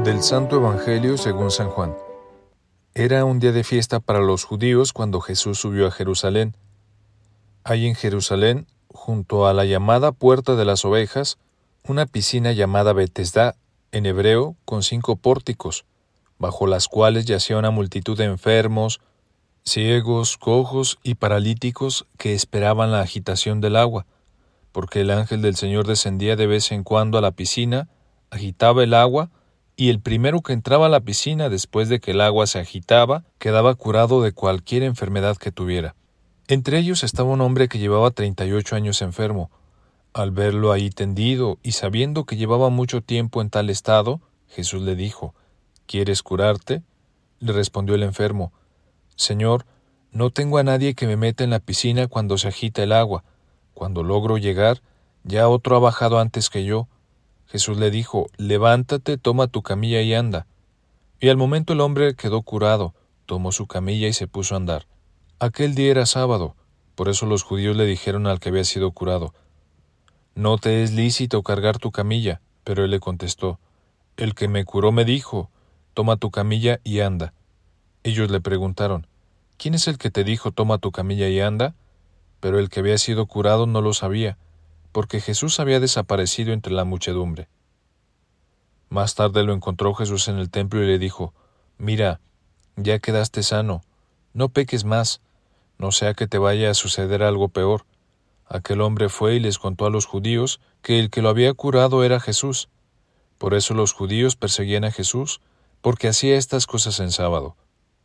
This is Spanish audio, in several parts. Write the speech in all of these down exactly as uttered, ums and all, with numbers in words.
Del Santo Evangelio según San Juan. Era un día de fiesta para los judíos cuando Jesús subió a Jerusalén. Hay en Jerusalén, junto a la llamada Puerta de las Ovejas, una piscina llamada Betesda, en hebreo, con cinco pórticos, bajo las cuales yacía una multitud de enfermos, ciegos, cojos y paralíticos que esperaban la agitación del agua, porque el ángel del Señor descendía de vez en cuando a la piscina, agitaba el agua, y el primero que entraba a la piscina después de que el agua se agitaba, quedaba curado de cualquier enfermedad que tuviera. Entre ellos estaba un hombre que llevaba treinta y ocho años enfermo. Al verlo ahí tendido y sabiendo que llevaba mucho tiempo en tal estado, Jesús le dijo: ¿Quieres curarte? Le respondió el enfermo: Señor, no tengo a nadie que me meta en la piscina cuando se agita el agua. Cuando logro llegar, ya otro ha bajado antes que yo. Jesús le dijo: Levántate, toma tu camilla y anda. Y al momento el hombre quedó curado, tomó su camilla y se puso a andar. Aquel día era sábado, por eso los judíos le dijeron al que había sido curado: No te es lícito cargar tu camilla. Pero él le contestó: El que me curó me dijo: Toma tu camilla y anda. Ellos le preguntaron: ¿Quién es el que te dijo toma tu camilla y anda? Pero el que había sido curado no lo sabía, porque Jesús había desaparecido entre la muchedumbre. Más tarde lo encontró Jesús en el templo y le dijo: Mira, ya quedaste sano, no peques más, no sea que te vaya a suceder algo peor. Aquel hombre fue y les contó a los judíos que el que lo había curado era Jesús. Por eso los judíos perseguían a Jesús, porque hacía estas cosas en sábado.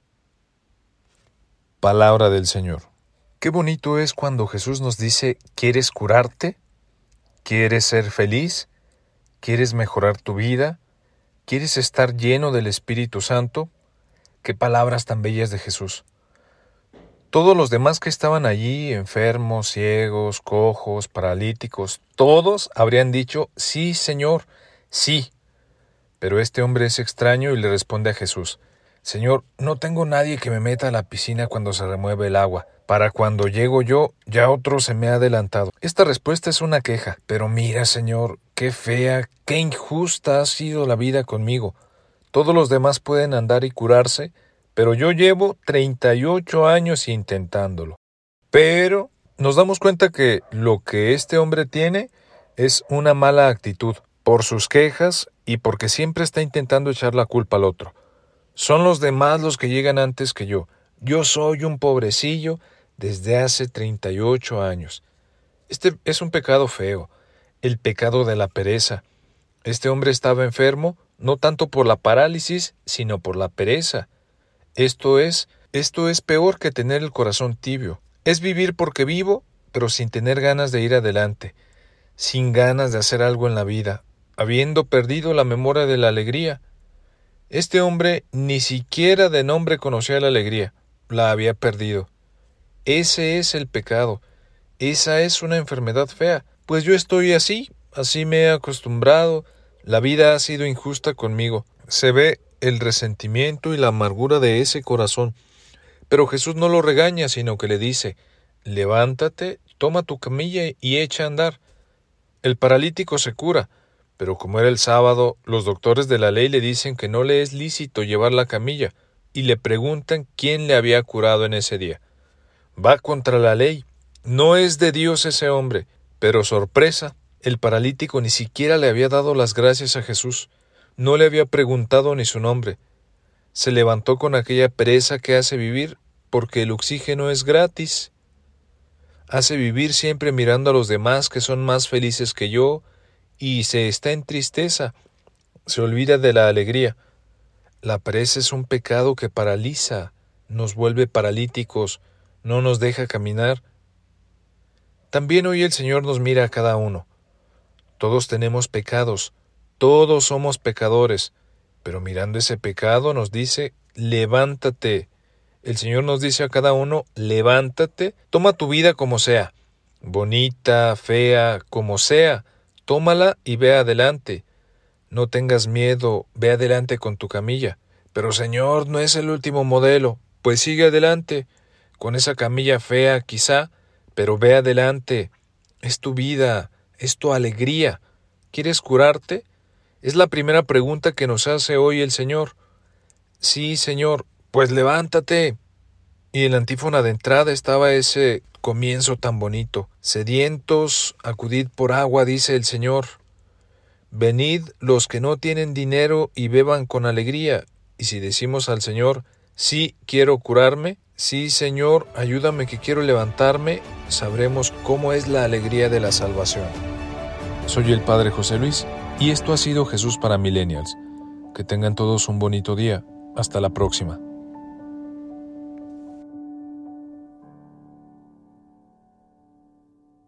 Palabra del Señor. Qué bonito es cuando Jesús nos dice: ¿Quieres curarte? ¿Quieres ser feliz? ¿Quieres mejorar tu vida? ¿Quieres estar lleno del Espíritu Santo? ¡Qué palabras tan bellas de Jesús! Todos los demás que estaban allí, enfermos, ciegos, cojos, paralíticos, todos habrían dicho: sí, Señor, sí. Pero este hombre es extraño y le responde a Jesús: Señor, no tengo nadie que me meta a la piscina cuando se remueve el agua. Para cuando llego yo, ya otro se me ha adelantado. Esta respuesta es una queja. Pero mira, Señor, qué fea, qué injusta ha sido la vida conmigo. Todos los demás pueden andar y curarse, pero yo llevo treinta y ocho años intentándolo. Pero nos damos cuenta que lo que este hombre tiene es una mala actitud, por sus quejas y porque siempre está intentando echar la culpa al otro. Son los demás los que llegan antes que yo. Yo soy un pobrecillo desde hace treinta y ocho años. Este es un pecado feo, el pecado de la pereza. Este hombre estaba enfermo, no tanto por la parálisis, sino por la pereza. Esto es, esto es peor que tener el corazón tibio. Es vivir porque vivo, pero sin tener ganas de ir adelante, sin ganas de hacer algo en la vida, habiendo perdido la memoria de la alegría. Este hombre ni siquiera de nombre conocía la alegría, la había perdido. Ese es el pecado, esa es una enfermedad fea, pues yo estoy así, así me he acostumbrado, la vida ha sido injusta conmigo. Se ve el resentimiento y la amargura de ese corazón, pero Jesús no lo regaña, sino que le dice: levántate, toma tu camilla y echa a andar. El paralítico se cura, pero como era el sábado, los doctores de la ley le dicen que no le es lícito llevar la camilla, y le preguntan quién le había curado en ese día. Va contra la ley, no es de Dios ese hombre, pero sorpresa, el paralítico ni siquiera le había dado las gracias a Jesús, no le había preguntado ni su nombre. Se levantó con aquella pereza que hace vivir, porque el oxígeno es gratis. Hace vivir siempre mirando a los demás que son más felices que yo, y se está en tristeza, se olvida de la alegría. La pereza es un pecado que paraliza, nos vuelve paralíticos, no nos deja caminar. También hoy el Señor nos mira a cada uno. Todos tenemos pecados, todos somos pecadores, pero mirando ese pecado nos dice: levántate. El Señor nos dice a cada uno: levántate, toma tu vida como sea, bonita, fea, como sea, tómala y ve adelante. No tengas miedo, ve adelante con tu camilla. Pero Señor, no es el último modelo. Pues sigue adelante, con esa camilla fea quizá, pero ve adelante. Es tu vida, es tu alegría. ¿Quieres curarte? Es la primera pregunta que nos hace hoy el Señor. Sí, Señor, pues levántate. Y en la antífona de entrada estaba ese comienzo tan bonito. Sedientos, acudid por agua, dice el Señor. Venid los que no tienen dinero y beban con alegría. Y si decimos al Señor, sí, quiero curarme, sí, Señor, ayúdame que quiero levantarme, sabremos cómo es la alegría de la salvación. Soy el Padre José Luis, y esto ha sido Jesús para Millennials. Que tengan todos un bonito día. Hasta la próxima.